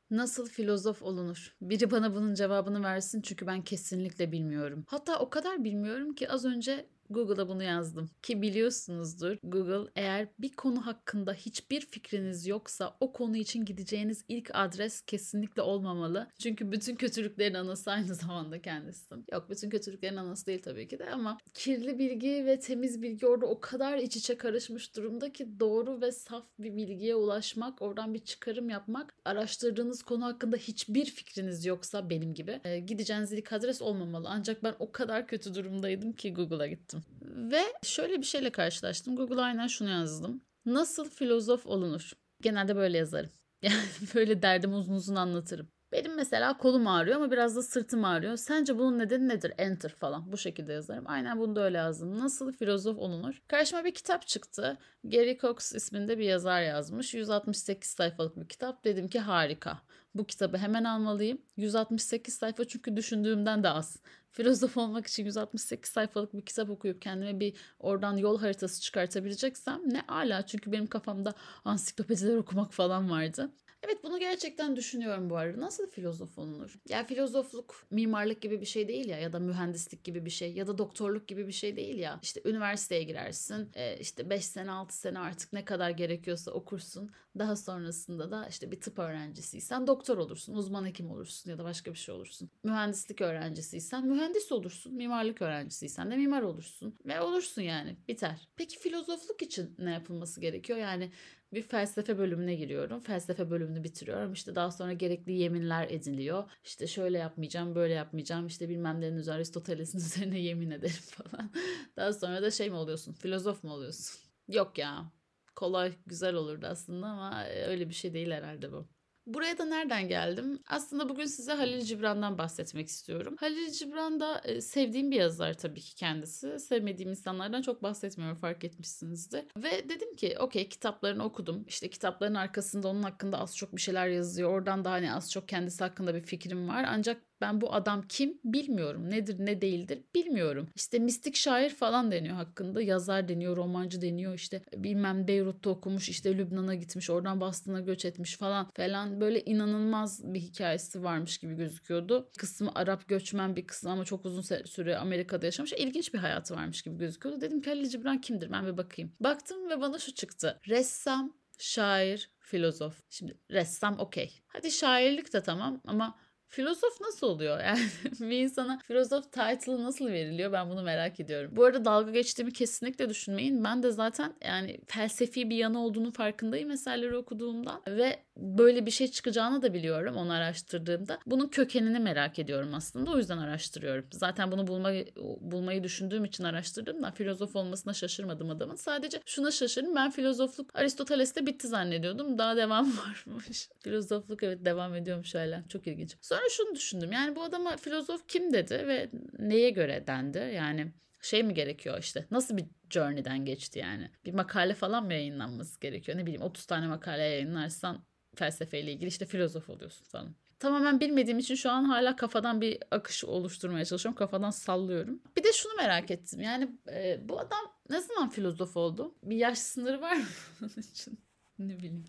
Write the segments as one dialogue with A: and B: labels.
A: Nasıl filozof olunur? Biri bana bunun cevabını versin çünkü ben kesinlikle bilmiyorum. Hatta o kadar bilmiyorum ki az önce Google'a bunu yazdım. Ki biliyorsunuzdur, Google eğer bir konu hakkında hiçbir fikriniz yoksa o konu için gideceğiniz ilk adres kesinlikle olmamalı. Çünkü bütün kötülüklerin anası aynı zamanda kendisi. Yok, bütün kötülüklerin anası değil tabii ki de, ama kirli bilgi ve temiz bilgi orada o kadar iç içe karışmış durumda ki doğru ve saf bir bilgiye ulaşmak, oradan bir çıkarım yapmak, araştırdığınız konu hakkında hiçbir fikriniz yoksa benim gibi gideceğiniz ilk adres olmamalı. Ancak ben o kadar kötü durumdaydım ki Google'a gittim. Ve şöyle bir şeyle karşılaştım. Google'a aynen şunu yazdım. Nasıl filozof olunur? Genelde böyle yazarım. Yani böyle derdimi uzun uzun anlatırım. Benim mesela kolum ağrıyor ama biraz da sırtım ağrıyor. Sence bunun nedeni nedir? Enter falan. Bu şekilde yazarım. Aynen bunu da öyle yazdım. Nasıl filozof olunur? Karşıma bir kitap çıktı. Gary Cox isminde bir yazar yazmış. 168 sayfalık bir kitap. Dedim ki harika. Bu kitabı hemen almalıyım. 168 sayfa çünkü düşündüğümden de az. Filozof olmak için 168 sayfalık bir kitap okuyup kendime bir oradan yol haritası çıkartabileceksem ne ala, çünkü benim kafamda ansiklopediler okumak falan vardı. Evet, bunu gerçekten düşünüyorum bu arada. Nasıl filozof olunur? Ya filozofluk mimarlık gibi bir şey değil ya da mühendislik gibi bir şey ya da doktorluk gibi bir şey değil ya. İşte üniversiteye girersin, işte 5 sene 6 sene artık ne kadar gerekiyorsa okursun. Daha sonrasında da işte bir tıp öğrencisiysen doktor olursun, uzman hekim olursun ya da başka bir şey olursun. Mühendislik öğrencisiysen mühendis olursun, mimarlık öğrencisiysen de mimar olursun ve olursun yani, biter. Peki filozofluk için ne yapılması gerekiyor? Yani bir felsefe bölümüne giriyorum. Felsefe bölümünü bitiriyorum. İşte daha sonra gerekli yeminler ediliyor. İşte şöyle yapmayacağım, böyle yapmayacağım. İşte bilmem nenin üzerine, Aristoteles'in üzerine yemin ederim falan. Daha sonra da şey mi oluyorsun? Filozof mu oluyorsun? Yok ya. Kolay, güzel olurdu aslında ama öyle bir şey değil herhalde bu. Buraya da nereden geldim? Aslında bugün size Halil Cibran'dan bahsetmek istiyorum. Halil Cibran da sevdiğim bir yazar tabii ki kendisi. Sevmediğim insanlardan çok bahsetmiyorum, fark etmişsinizdir. Ve dedim ki okey, kitaplarını okudum. İşte kitapların arkasında onun hakkında az çok bir şeyler yazıyor. Oradan da hani az çok kendisi hakkında bir fikrim var. Ancak ben bu adam kim bilmiyorum. Nedir ne değildir bilmiyorum. İşte mistik şair falan deniyor hakkında. Yazar deniyor, romancı deniyor. İşte bilmem Beyrut'ta okumuş, işte Lübnan'a gitmiş, oradan Boston'a göç etmiş falan falan. Böyle inanılmaz bir hikayesi varmış gibi gözüküyordu. Kısmı Arap göçmen, bir kısmı ama çok uzun süre Amerika'da yaşamış. İlginç bir hayatı varmış gibi gözüküyordu. Dedim ki Halil Cibran kimdir? Ben bir bakayım. Baktım ve bana şu çıktı. Ressam, şair, filozof. Şimdi ressam okey. Hadi şairlik de tamam ama filozof nasıl oluyor? Yani bir insana filozof title'ı nasıl veriliyor, ben bunu merak ediyorum. Bu arada dalga geçtiğimi kesinlikle düşünmeyin. Ben de zaten yani felsefi bir yanı olduğunu farkındayım eserleri okuduğumdan ve böyle bir şey çıkacağını da biliyorum onu araştırdığımda. Bunun kökenini merak ediyorum aslında. O yüzden araştırıyorum. Zaten bunu bulmayı düşündüğüm için araştırdığımda filozof olmasına şaşırmadım adamın. Sadece şuna şaşırdım. Ben filozofluk Aristoteles'te bitti zannediyordum. Daha devam varmış. Filozofluk evet devam ediyormuş hala. Çok ilginç. Sonra şunu düşündüm. Yani bu adama filozof kim dedi ve neye göre dendi? Yani şey mi gerekiyor işte? Nasıl bir journey'den geçti yani? Bir makale falan mı yayınlanması gerekiyor? Ne bileyim 30 tane makale yayınlarsan felsefeyle ilgili işte filozof oluyorsun falan. Tamamen bilmediğim için şu an hala kafadan bir akış oluşturmaya çalışıyorum. Kafadan sallıyorum. Bir de şunu merak ettim. Yani bu adam ne zaman filozof oldu? Bir yaş sınırı var mı bunun için? Ne bileyim.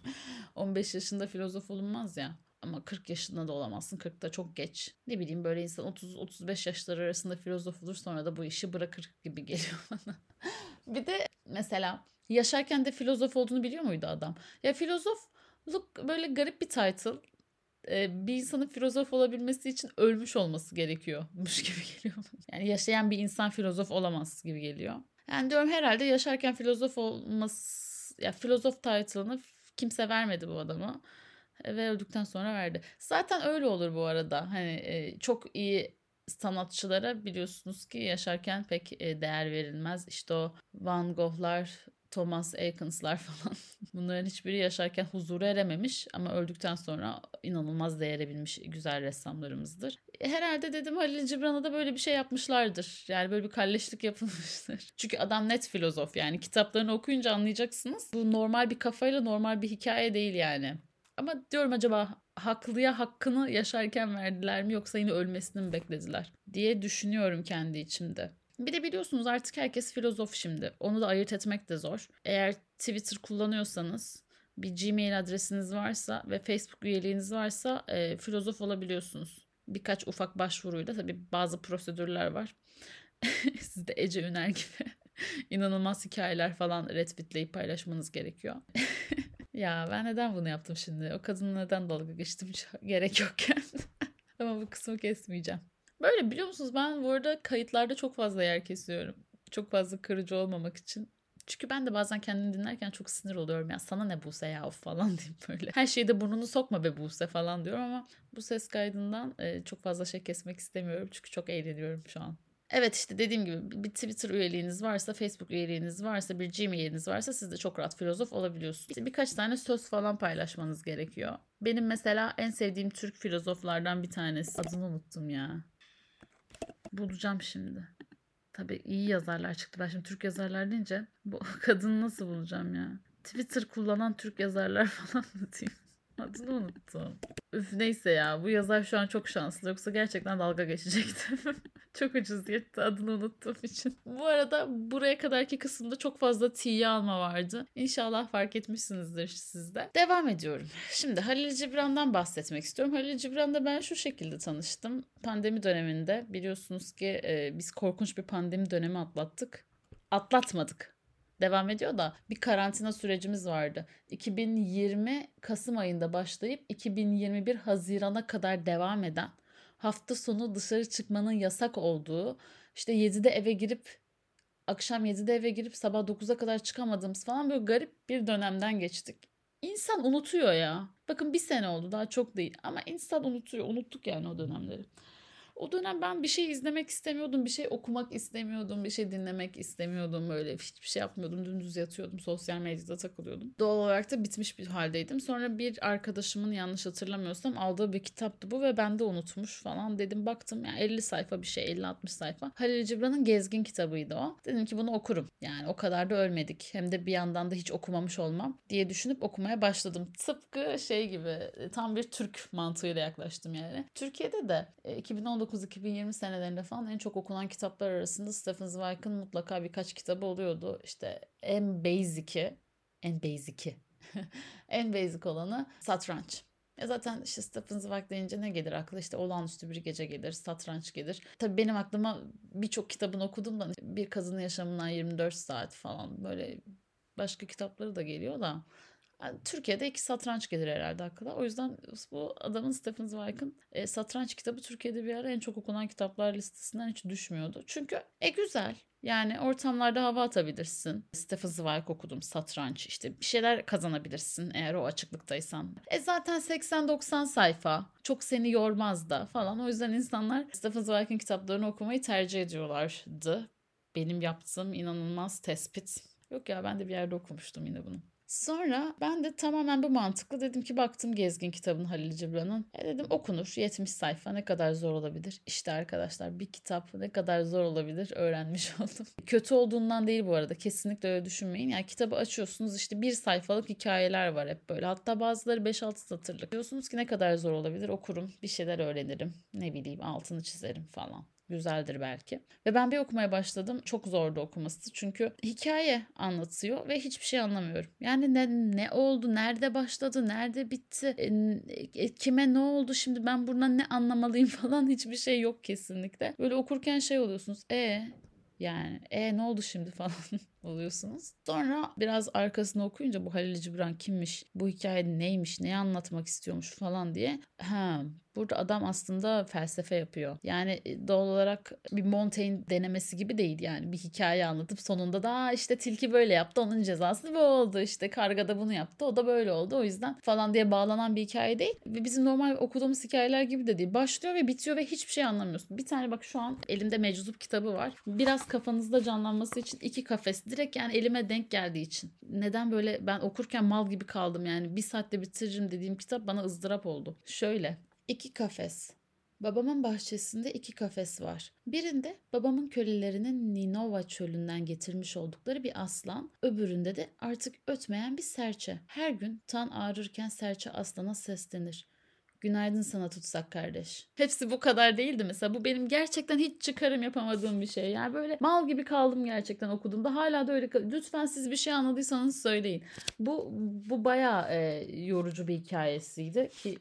A: 15 yaşında filozof olunmaz ya. Ama 40 yaşında da olamazsın. 40 da çok geç. Ne bileyim, böyle insan 30-35 yaşları arasında filozof olur, sonra da bu işi bırakır gibi geliyor bana. Bir de mesela yaşarken de filozof olduğunu biliyor muydu adam? Ya filozofluk böyle garip bir title. Bir insanın filozof olabilmesi için ölmüş olması gerekiyormuş gibi geliyor bana. Yani yaşayan bir insan filozof olamaz gibi geliyor. Yani diyorum herhalde yaşarken filozof olması, ya filozof title'ını kimse vermedi bu adama. Ve öldükten sonra verdi. Zaten öyle olur bu arada. Hani çok iyi sanatçılara biliyorsunuz ki yaşarken pek değer verilmez. İşte o Van Gogh'lar, Thomas Eakens'lar falan. Bunların hiçbiri yaşarken huzura erememiş ama öldükten sonra inanılmaz değere binmiş güzel ressamlarımızdır. Herhalde dedim Halil Cibran'a da böyle bir şey yapmışlardır. Yani böyle bir kalleşlik yapılmıştır. Çünkü adam net filozof, yani kitaplarını okuyunca anlayacaksınız. Bu normal bir kafayla normal bir hikaye değil yani. Ama diyorum acaba haklıya hakkını yaşarken verdiler mi yoksa yine ölmesini mi beklediler diye düşünüyorum kendi içimde. Bir de biliyorsunuz artık herkes filozof şimdi. Onu da ayırt etmek de zor. Eğer Twitter kullanıyorsanız bir Gmail adresiniz varsa ve Facebook üyeliğiniz varsa filozof olabiliyorsunuz. Birkaç ufak başvuruyla, tabii bazı prosedürler var. Siz de Ece Üner gibi inanılmaz hikayeler falan retweetleyip paylaşmanız gerekiyor. Ya ben neden bunu yaptım şimdi? O kadınla neden dalga geçtim hiç gerek yokken. Ama bu kısmı kesmeyeceğim. Böyle, biliyor musunuz, ben bu arada kayıtlarda çok fazla yer kesiyorum. Çok fazla kırıcı olmamak için. Çünkü ben de bazen kendimi dinlerken çok sinir oluyorum. Ya sana ne Buse ya of falan deyip böyle. Her şeyde burnunu sokma be Buse falan diyorum ama bu ses kaydından çok fazla şey kesmek istemiyorum. Çünkü çok eğleniyorum şu an. Evet, işte dediğim gibi bir Twitter üyeliğiniz varsa, Facebook üyeliğiniz varsa, bir Gmail'iniz varsa siz de çok rahat filozof olabiliyorsunuz. İşte birkaç tane söz falan paylaşmanız gerekiyor. Benim mesela en sevdiğim Türk filozoflardan bir tanesi. Adını unuttum ya. Bulacağım şimdi. Tabii iyi yazarlar çıktı. Ben şimdi Türk yazarlar deyince bu kadını nasıl bulacağım ya? Twitter kullanan Türk yazarlar falan mı diyeyim? Adını unuttum. Üf, neyse ya, bu yazar şu an çok şanslı. Yoksa gerçekten dalga geçecektim. Çok ucuz yetti adını unuttuğum için. Bu arada buraya kadarki kısımda çok fazla tiye alma vardı. İnşallah fark etmişsinizdir siz de. Devam ediyorum. Şimdi Halil Cibran'dan bahsetmek istiyorum. Halil Cibran'da ben şu şekilde tanıştım. Pandemi döneminde biliyorsunuz ki biz korkunç bir pandemi dönemi atlattık. Atlatmadık. Devam ediyor da bir karantina sürecimiz vardı. 2020 Kasım ayında başlayıp 2021 Haziran'a kadar devam eden, hafta sonu dışarı çıkmanın yasak olduğu, işte 7'de eve girip akşam 7'de eve girip sabah 9'a kadar çıkamadığımız falan böyle garip bir dönemden geçtik. İnsan unutuyor ya. Bakın bir sene oldu, daha çok değil ama insan unutuyor. Unuttuk yani o dönemleri. O dönem ben bir şey izlemek istemiyordum, bir şey okumak istemiyordum, bir şey dinlemek istemiyordum. Böyle hiçbir şey yapmıyordum, dümdüz yatıyordum, sosyal medyada takılıyordum. Doğal olarak da bitmiş bir haldeydim. Sonra bir arkadaşımın, yanlış hatırlamıyorsam, aldığı bir kitaptı bu ve ben de unutmuş falan. Dedim, baktım yani 50 sayfa bir şey, 50-60 sayfa. Halil Cibran'ın Gezgin kitabıydı o. Dedim ki bunu okurum. Yani o kadar da ölmedik. Hem de bir yandan da hiç okumamış olmam diye düşünüp okumaya başladım. Tıpkı şey gibi, tam bir Türk mantığıyla yaklaştım yani. Türkiye'de de 2019-2020 senelerinde falan en çok okunan kitaplar arasında Stephen Zweig'ın mutlaka birkaç kitabı oluyordu. İşte en basic'i en basic olanı Satranç. Ya zaten işte Stephen Zweig deyince ne gelir akla? İşte Olağanüstü Bir Gece gelir, Satranç gelir. Tabii benim aklıma birçok kitabını okudum da Bir Kadının Yaşamından 24 Saat falan, böyle başka kitapları da geliyor da. Yani Türkiye'de iki satranç gelir herhalde akla. O yüzden bu adamın, Stephen Zweig'ın satranç kitabı Türkiye'de bir ara en çok okunan kitaplar listesinden hiç düşmüyordu. Çünkü güzel. Yani ortamlarda hava atabilirsin. Stephen Zweig okudum, satranç, işte bir şeyler kazanabilirsin eğer o açıklıktaysan. Zaten 80-90 sayfa çok seni yormaz da falan. O yüzden insanlar Stephen Zweig'in kitaplarını okumayı tercih ediyorlardı. Benim yaptığım inanılmaz tespit. Yok ya, ben de bir yerde okumuştum yine bunu. Sonra ben de tamamen bu mantıkla dedim ki, baktım Gezgin kitabını, Halil Cibran'ın. Dedim okunur, 70 sayfa, ne kadar zor olabilir? İşte arkadaşlar, bir kitap ne kadar zor olabilir öğrenmiş oldum. Kötü olduğundan değil bu arada, kesinlikle öyle düşünmeyin. Yani kitabı açıyorsunuz, işte bir sayfalık hikayeler var hep böyle. Hatta bazıları 5-6 satırlık. Diyorsunuz ki ne kadar zor olabilir, okurum, bir şeyler öğrenirim, ne bileyim altını çizerim falan. Güzeldir belki. Ve ben bir okumaya başladım. Çok zordu okuması. Çünkü hikaye anlatıyor ve hiçbir şey anlamıyorum. Yani ne oldu, nerede başladı, nerede bitti, kime ne oldu, şimdi ben buradan ne anlamalıyım falan, hiçbir şey yok kesinlikle. Böyle okurken şey oluyorsunuz. Yani ne oldu şimdi falan oluyorsunuz. Sonra biraz arkasını okuyunca bu Halil Cibran kimmiş, bu hikaye neymiş, neyi anlatmak istiyormuş falan diye. Burada adam aslında felsefe yapıyor. Yani doğal olarak bir Montaigne denemesi gibi değil yani. Bir hikaye anlatıp sonunda da işte tilki böyle yaptı, onun cezası bu oldu. İşte karga da bunu yaptı, o da böyle oldu. O yüzden falan diye bağlanan bir hikaye değil. Ve bizim normal okuduğumuz hikayeler gibi de değil. Başlıyor ve bitiyor ve hiçbir şey anlamıyorsun. Bir tane bak, şu an elimde Meczup kitabı var. Biraz kafanızda canlanması için iki kafes. Direkt yani elime denk geldiği için. Neden böyle ben okurken mal gibi kaldım yani. Bir saatte bitiririm dediğim kitap bana ızdırap oldu. Şöyle. İki kafes. Babamın bahçesinde iki kafes var. Birinde babamın kölelerinin Ninova çölünden getirmiş oldukları bir aslan, öbüründe de artık ötmeyen bir serçe. Her gün tan ağrırken serçe aslana seslenir. Günaydın sana tutsak kardeş. Hepsi bu kadar değildi mesela. Bu benim gerçekten hiç çıkarım yapamadığım bir şey. Yani böyle mal gibi kaldım gerçekten okuduğumda. Hala da öyle lütfen siz bir şey anladıysanız söyleyin. Bu bayağı yorucu bir hikayesiydi ki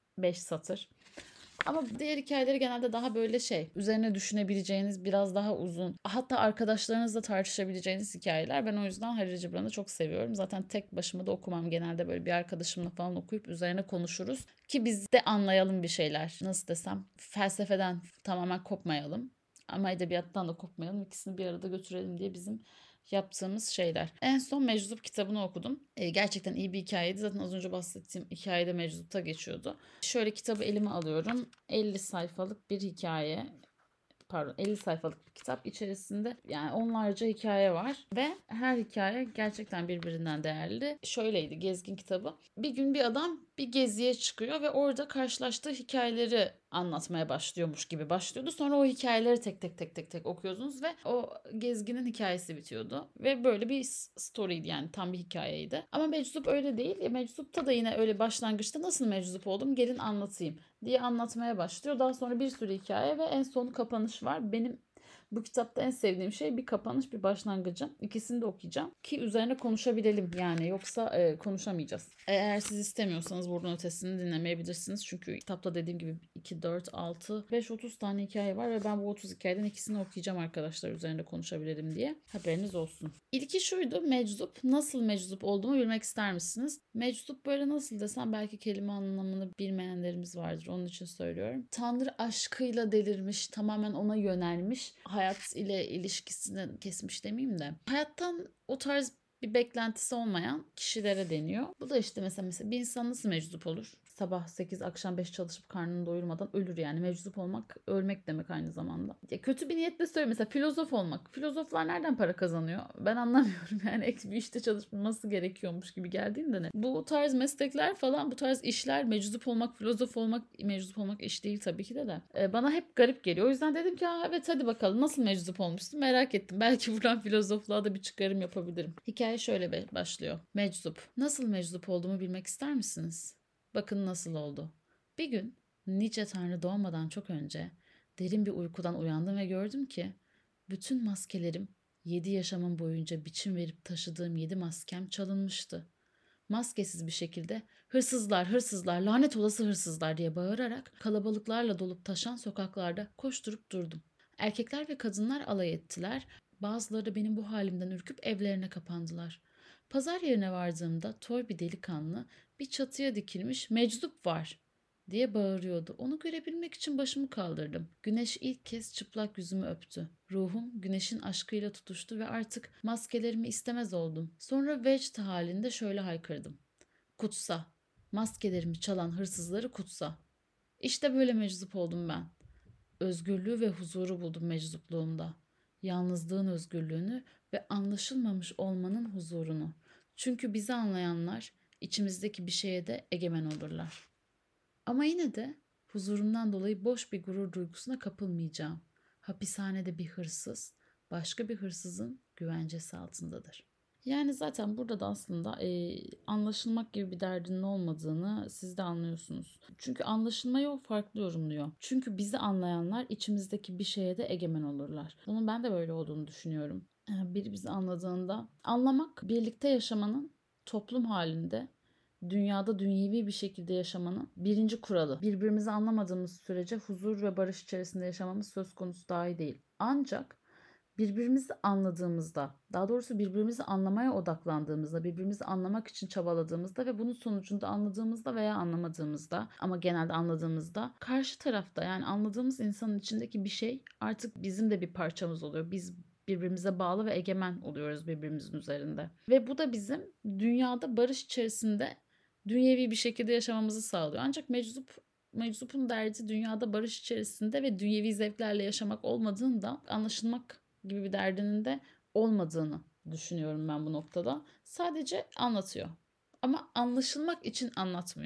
A: 5 satır. Ama diğer hikayeleri genelde daha böyle üzerine düşünebileceğiniz, biraz daha uzun, hatta arkadaşlarınızla tartışabileceğiniz hikayeler. Ben o yüzden Halil Cibran'ı çok seviyorum. Zaten tek başıma da okumam. Genelde böyle bir arkadaşımla falan okuyup üzerine konuşuruz. Ki biz de anlayalım bir şeyler. Nasıl desem, felsefeden tamamen kopmayalım. Ama edebiyattan da kopmayalım. İkisini bir arada götürelim diye bizim yaptığımız şeyler. En son Meczup kitabını okudum. Gerçekten iyi bir hikayeydi. Zaten az önce bahsettiğim hikayede Meczup'ta geçiyordu. Şöyle kitabı elime alıyorum. 50 sayfalık bir hikaye. Pardon, 50 sayfalık bir kitap. İçerisinde yani onlarca hikaye var ve her hikaye gerçekten birbirinden değerli. Şöyleydi Gezgin kitabı. Bir gün bir adam bir geziye çıkıyor ve orada karşılaştığı hikayeleri anlatmaya başlıyormuş gibi başlıyordu. Sonra o hikayeleri tek tek okuyordunuz ve o gezginin hikayesi bitiyordu. Ve böyle bir story'ydi, yani tam bir hikayeydi. Ama Meczup öyle değil. Meczup'ta da yine öyle başlangıçta nasıl meczup oldum gelin anlatayım diye anlatmaya başlıyor. Daha sonra bir sürü hikaye ve en sonu kapanış var. Benim bu kitapta en sevdiğim şey bir kapanış, bir başlangıcı. İkisini de okuyacağım ki üzerine konuşabilelim yani, yoksa konuşamayacağız. Eğer siz istemiyorsanız buradan ötesini dinlemeyebilirsiniz. Çünkü kitapta dediğim gibi 2, 4, 6, 5, 30 tane hikaye var ve ben bu 30 hikayeden ikisini okuyacağım arkadaşlar, üzerinde konuşabilelim diye. Haberiniz olsun. İlki şuydu: meczup. Nasıl meczup olduğumu bilmek ister misiniz? Meczup böyle, nasıl desem, belki kelime anlamını bilmeyenlerimiz vardır. Onun için söylüyorum. Tanrı aşkıyla delirmiş, tamamen ona yönelmiş, hayat ile ilişkisini kesmiş demeyeyim de, hayattan o tarz bir beklentisi olmayan kişilere deniyor. Bu da işte mesela bir insan nasıl meczup olur? Sabah 8 akşam 5 çalışıp karnını doyurmadan ölür yani. Meczup olmak ölmek demek aynı zamanda. Ya kötü bir niyetle söylüyorum, mesela filozof olmak. Filozoflar nereden para kazanıyor? Ben anlamıyorum yani, ek bir işte çalışması gerekiyormuş gibi geldiğinde ne? Bu tarz meslekler falan, bu tarz işler, meczup olmak, filozof olmak, meczup olmak iş değil tabii ki de. Bana hep garip geliyor. O yüzden dedim ki evet, hadi bakalım nasıl meczup olmuşsun, merak ettim. Belki buradan filozofluğa da bir çıkarım yapabilirim. Hikaye şöyle başlıyor. Meczup. Nasıl meczup olduğumu bilmek ister misiniz? Bakın nasıl oldu. Bir gün nice tanrı doğmadan çok önce derin bir uykudan uyandım ve gördüm ki bütün maskelerim, 7 yaşamım boyunca biçim verip taşıdığım 7 maskem çalınmıştı. Maskesiz bir şekilde hırsızlar, hırsızlar, lanet olası hırsızlar diye bağırarak kalabalıklarla dolup taşan sokaklarda koşturup durdum. Erkekler ve kadınlar alay ettiler. Bazıları da benim bu halimden ürküp evlerine kapandılar. Pazar yerine vardığımda toy bir delikanlı bir çatıya dikilmiş "Meczup var!" diye bağırıyordu. Onu görebilmek için başımı kaldırdım. Güneş ilk kez çıplak yüzümü öptü. Ruhum güneşin aşkıyla tutuştu ve artık maskelerimi istemez oldum. Sonra vecd halinde şöyle haykırdım: "Kutsa! Maskelerimi çalan hırsızları kutsa!" İşte böyle meczup oldum ben. Özgürlüğü ve huzuru buldum meczupluğumda. Yalnızlığın özgürlüğünü ve anlaşılmamış olmanın huzurunu. Çünkü bizi anlayanlar içimizdeki bir şeye de egemen olurlar. Ama yine de huzurumdan dolayı boş bir gurur duygusuna kapılmayacağım. Hapishanede bir hırsız, başka bir hırsızın güvencesi altındadır. Yani zaten burada da aslında anlaşılmak gibi bir derdinin olmadığını siz de anlıyorsunuz. Çünkü anlaşılmayı o farklı yorumluyor. Çünkü bizi anlayanlar içimizdeki bir şeye de egemen olurlar. Bunun ben de böyle olduğunu düşünüyorum. Biri bizi anladığında, anlamak birlikte yaşamanın, toplum halinde dünyada dünyevi bir şekilde yaşamanın birinci kuralı. Birbirimizi anlamadığımız sürece huzur ve barış içerisinde yaşamamız söz konusu dahi değil. Ancak birbirimizi anladığımızda, daha doğrusu birbirimizi anlamaya odaklandığımızda, birbirimizi anlamak için çabaladığımızda ve bunun sonucunda anladığımızda veya anlamadığımızda, ama genelde anladığımızda, karşı tarafta, yani anladığımız insanın içindeki bir şey artık bizim de bir parçamız oluyor. Biz birbirimize bağlı ve egemen oluyoruz birbirimizin üzerinde. Ve bu da bizim dünyada barış içerisinde dünyevi bir şekilde yaşamamızı sağlıyor. Ancak meczupun derdi dünyada barış içerisinde ve dünyevi zevklerle yaşamak olmadığında, anlaşılmak gibi bir derdinin de olmadığını düşünüyorum ben bu noktada. Sadece anlatıyor. Ama anlaşılmak için anlatmıyor.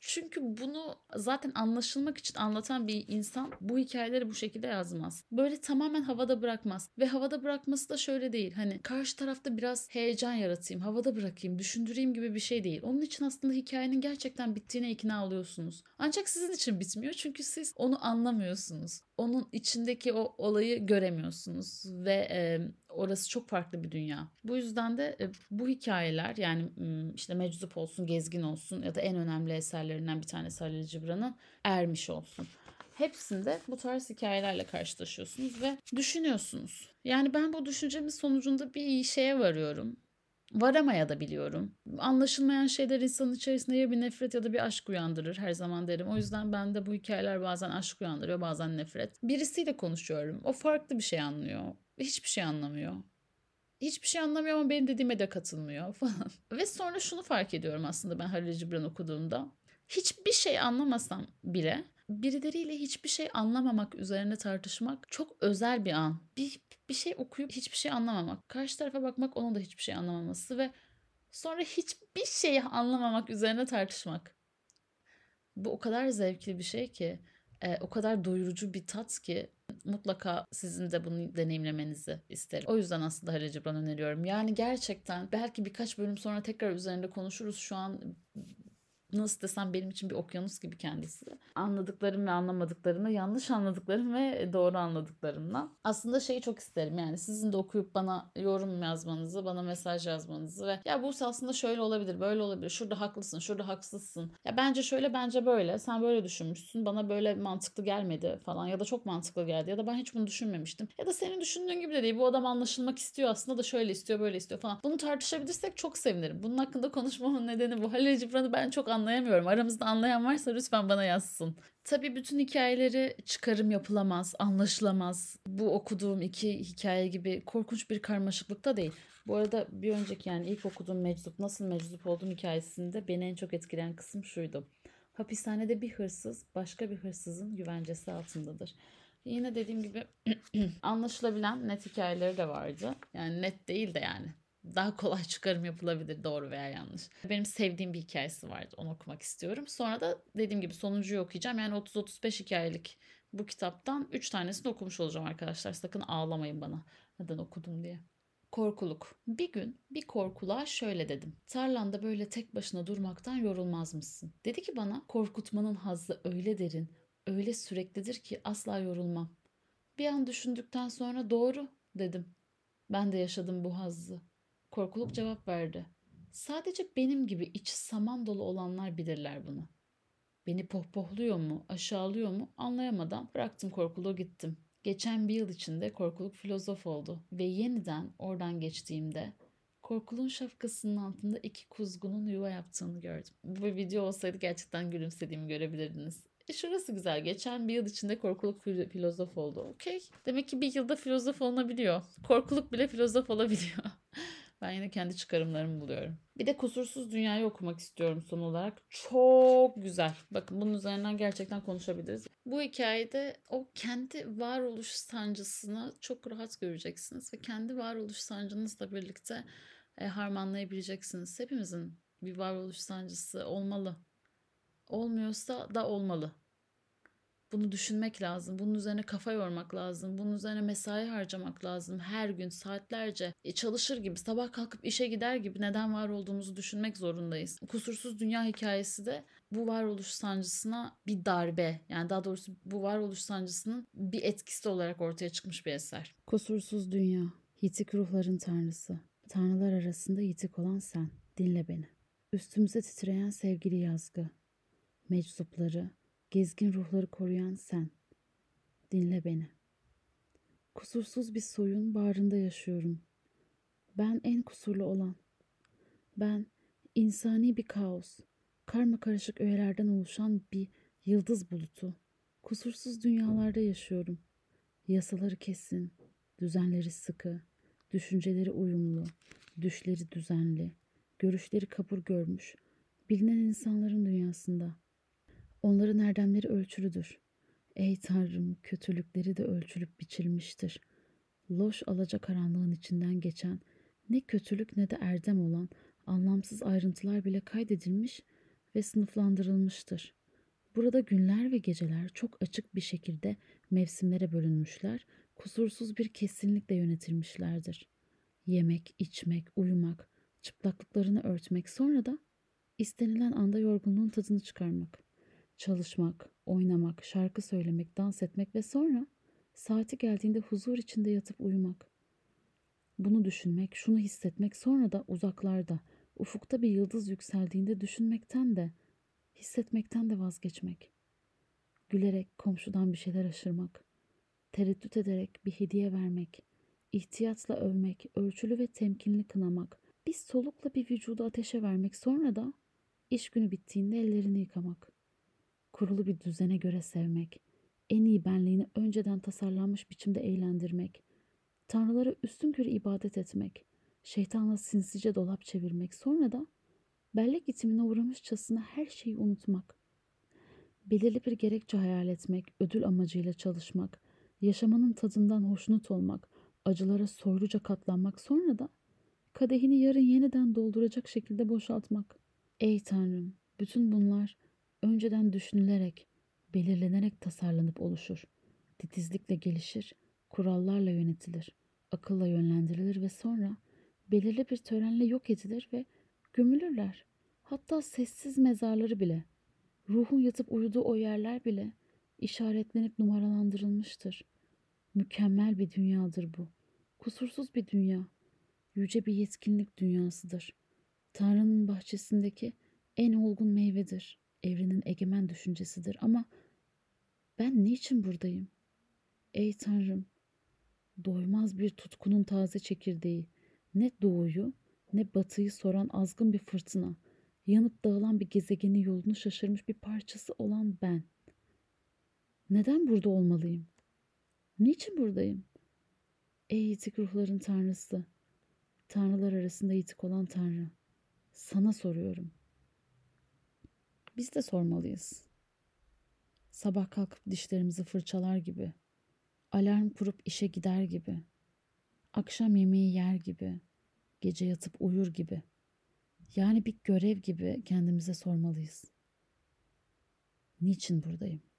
A: Çünkü bunu zaten anlaşılmak için anlatan bir insan bu hikayeleri bu şekilde yazmaz. Böyle tamamen havada bırakmaz. Ve havada bırakması da şöyle değil. Hani karşı tarafta biraz heyecan yaratayım, havada bırakayım, düşündüreyim gibi bir şey değil. Onun için aslında hikayenin gerçekten bittiğine ikna oluyorsunuz. Ancak sizin için bitmiyor çünkü siz onu anlamıyorsunuz. Onun içindeki o olayı göremiyorsunuz ve orası çok farklı bir dünya. Bu yüzden de bu hikayeler yani işte Meczup olsun, Gezgin olsun ya da en önemli eserlerinden bir tanesi Halil Cibran'ın Ermiş olsun. Hepsinde bu tarz hikayelerle karşılaşıyorsunuz ve düşünüyorsunuz. Yani ben bu düşüncemin sonucunda bir şeye varıyorum. Varamaya da biliyorum. Anlaşılmayan şeyler insanın içerisinde ya bir nefret ya da bir aşk uyandırır her zaman derim. O yüzden ben de bu hikayeler bazen aşk uyandırıyor, bazen nefret. Birisiyle konuşuyorum. O farklı bir şey anlıyor. Hiçbir şey anlamıyor. Hiçbir şey anlamıyor ama benim dediğime de katılmıyor falan. Ve sonra şunu fark ediyorum aslında ben Halil Cibran okuduğumda. Hiçbir şey anlamasam bile birileriyle hiçbir şey anlamamak üzerine tartışmak çok özel bir an. Bir şey okuyup hiçbir şey anlamamak. Karşı tarafa bakmak onun da hiçbir şey anlamaması ve sonra hiçbir şeyi anlamamak üzerine tartışmak. Bu o kadar zevkli bir şey ki, o kadar doyurucu bir tat ki mutlaka sizin de bunu deneyimlemenizi isterim. O yüzden aslında Halil Cibran öneriyorum. Yani gerçekten belki birkaç bölüm sonra tekrar üzerinde konuşuruz. Şu an nasıl desem benim için bir okyanus gibi kendisi. Anladıklarım ve anlamadıklarımı, yanlış anladıklarım ve doğru anladıklarımla. Aslında şeyi çok isterim yani sizin de okuyup bana yorum yazmanızı, bana mesaj yazmanızı ve ya bu aslında şöyle olabilir, böyle olabilir, şurada haklısın, şurada haksızsın. Ya bence şöyle, bence böyle, sen böyle düşünmüşsün, bana böyle mantıklı gelmedi falan ya da çok mantıklı geldi ya da ben hiç bunu düşünmemiştim. Ya da senin düşündüğün gibi de değil, bu adam anlaşılmak istiyor aslında da şöyle istiyor, böyle istiyor falan. Bunu tartışabilirsek çok sevinirim. Bunun hakkında konuşmamın nedeni bu. Halil Cibran'ı ben çok anlayamıyorum. Aramızda anlayan varsa lütfen bana yazsın. Tabii bütün hikayeleri çıkarım yapılamaz, anlaşılamaz. Bu okuduğum iki hikaye gibi korkunç bir karmaşıklıkta değil. Bu arada bir önceki yani ilk okuduğum Meczup, nasıl meczup olduğum hikayesinde beni en çok etkileyen kısım şuydu. Hapishanede bir hırsız başka bir hırsızın güvencesi altındadır. Yine dediğim gibi anlaşılabilen net hikayeleri de vardı. Yani net değil de yani daha kolay çıkarım yapılabilir doğru veya yanlış. Benim sevdiğim bir hikayesi vardı. Onu okumak istiyorum. Sonra da dediğim gibi sonuncuyu okuyacağım. Yani 30-35 hikayelik bu kitaptan 3 tanesini okumuş olacağım arkadaşlar. Sakın ağlamayın bana neden okudum diye. Korkuluk. Bir gün bir korkuluğa şöyle dedim. Tarlanda böyle tek başına durmaktan yorulmaz mısın? Dedi ki bana korkutmanın hazzı öyle derin, öyle süreklidir ki asla yorulmam. Bir an düşündükten sonra doğru dedim. Ben de yaşadım bu hazzı. Korkuluk cevap verdi. Sadece benim gibi içi saman dolu olanlar bilirler bunu. Beni pohpohluyor mu, aşağılıyor mu anlayamadan bıraktım korkuluğu gittim. Geçen bir yıl içinde korkuluk filozof oldu ve yeniden oradan geçtiğimde korkuluğun şapkasının altında iki kuzgunun yuva yaptığını gördüm. Bu bir video olsaydı gerçekten gülümsediğimi görebilirdiniz. Şurası güzel. Geçen bir yıl içinde korkuluk filozof oldu. Okey. Demek ki bir yılda filozof olunabiliyor. Korkuluk bile filozof olabiliyor. Ben yine kendi çıkarımlarımı buluyorum. Bir de Kusursuz Dünya'yı okumak istiyorum son olarak. Çok güzel. Bakın bunun üzerinden gerçekten konuşabiliriz. Bu hikayede o kendi varoluş sancısını çok rahat göreceksiniz ve kendi varoluş sancınızla birlikte harmanlayabileceksiniz. Hepimizin bir varoluş sancısı olmalı. Olmuyorsa da olmalı. Bunu düşünmek lazım. Bunun üzerine kafa yormak lazım. Bunun üzerine mesai harcamak lazım. Her gün saatlerce çalışır gibi, sabah kalkıp işe gider gibi neden var olduğumuzu düşünmek zorundayız. Kusursuz Dünya hikayesi de bu varoluş sancısına bir darbe, yani daha doğrusu bu varoluş sancısının bir etkisi olarak ortaya çıkmış bir eser. Kusursuz Dünya, yitik ruhların tanrısı. Tanrılar arasında yitik olan sen. Dinle beni. Üstümüze titreyen sevgili yazgı. Meczupları, gezgin ruhları koruyan sen. Dinle beni. Kusursuz bir soyun bağrında yaşıyorum. Ben en kusurlu olan. Ben insani bir kaos, karma karışık öğelerden oluşan bir yıldız bulutu. Kusursuz dünyalarda yaşıyorum. Yasaları kesin, düzenleri sıkı, düşünceleri uyumlu, düşleri düzenli, görüşleri kabul görmüş, bilinen insanların dünyasında. Onların erdemleri ölçülüdür. Ey Tanrım, kötülükleri de ölçülüp biçilmiştir. Loş alacakaranlığın içinden geçen ne kötülük ne de erdem olan anlamsız ayrıntılar bile kaydedilmiş ve sınıflandırılmıştır. Burada günler ve geceler çok açık bir şekilde mevsimlere bölünmüşler, kusursuz bir kesinlikle yönetilmişlerdir. Yemek, içmek, uyumak, çıplaklıklarını örtmek, sonra da istenilen anda yorgunluğun tadını çıkarmak. Çalışmak, oynamak, şarkı söylemek, dans etmek ve sonra saati geldiğinde huzur içinde yatıp uyumak. Bunu düşünmek, şunu hissetmek, sonra da uzaklarda, ufukta bir yıldız yükseldiğinde düşünmekten de, hissetmekten de vazgeçmek. Gülerek komşudan bir şeyler aşırmak, tereddüt ederek bir hediye vermek, ihtiyatla övmek, ölçülü ve temkinli kınamak, bir solukla bir vücudu ateşe vermek, sonra da iş günü bittiğinde ellerini yıkamak. Kurulu bir düzene göre sevmek, en iyi benliğini önceden tasarlanmış biçimde eğlendirmek, tanrılara üstünkörü ibadet etmek, şeytanla sinsice dolap çevirmek, sonra da bellek itimine uğramışçasına her şeyi unutmak, belirli bir gerekçe hayal etmek, ödül amacıyla çalışmak, yaşamanın tadından hoşnut olmak, acılara soyluca katlanmak, sonra da kadehini yarın yeniden dolduracak şekilde boşaltmak. Ey Tanrım, bütün bunlar önceden düşünülerek, belirlenerek tasarlanıp oluşur. Titizlikle gelişir, kurallarla yönetilir, akılla yönlendirilir ve sonra belirli bir törenle yok edilir ve gömülürler. Hatta sessiz mezarları bile, ruhun yatıp uyuduğu o yerler bile işaretlenip numaralandırılmıştır. Mükemmel bir dünyadır bu. Kusursuz bir dünya, yüce bir yetkinlik dünyasıdır. Tanrı'nın bahçesindeki en olgun meyvedir. Evrenin egemen düşüncesidir. Ama ben niçin buradayım? Ey Tanrım, doymaz bir tutkunun taze çekirdeği, ne doğuyu ne batıyı soran azgın bir fırtına, yanıp dağılan bir gezegenin yolunu şaşırmış bir parçası olan ben. Neden burada olmalıyım? Niçin buradayım? Ey yitik ruhların tanrısı, tanrılar arasında yitik olan Tanrı, sana soruyorum. Biz de sormalıyız. Sabah kalkıp dişlerimizi fırçalar gibi, alarm kurup işe gider gibi, akşam yemeği yer gibi, gece yatıp uyur gibi. Yani bir görev gibi kendimize sormalıyız. Niçin buradayım?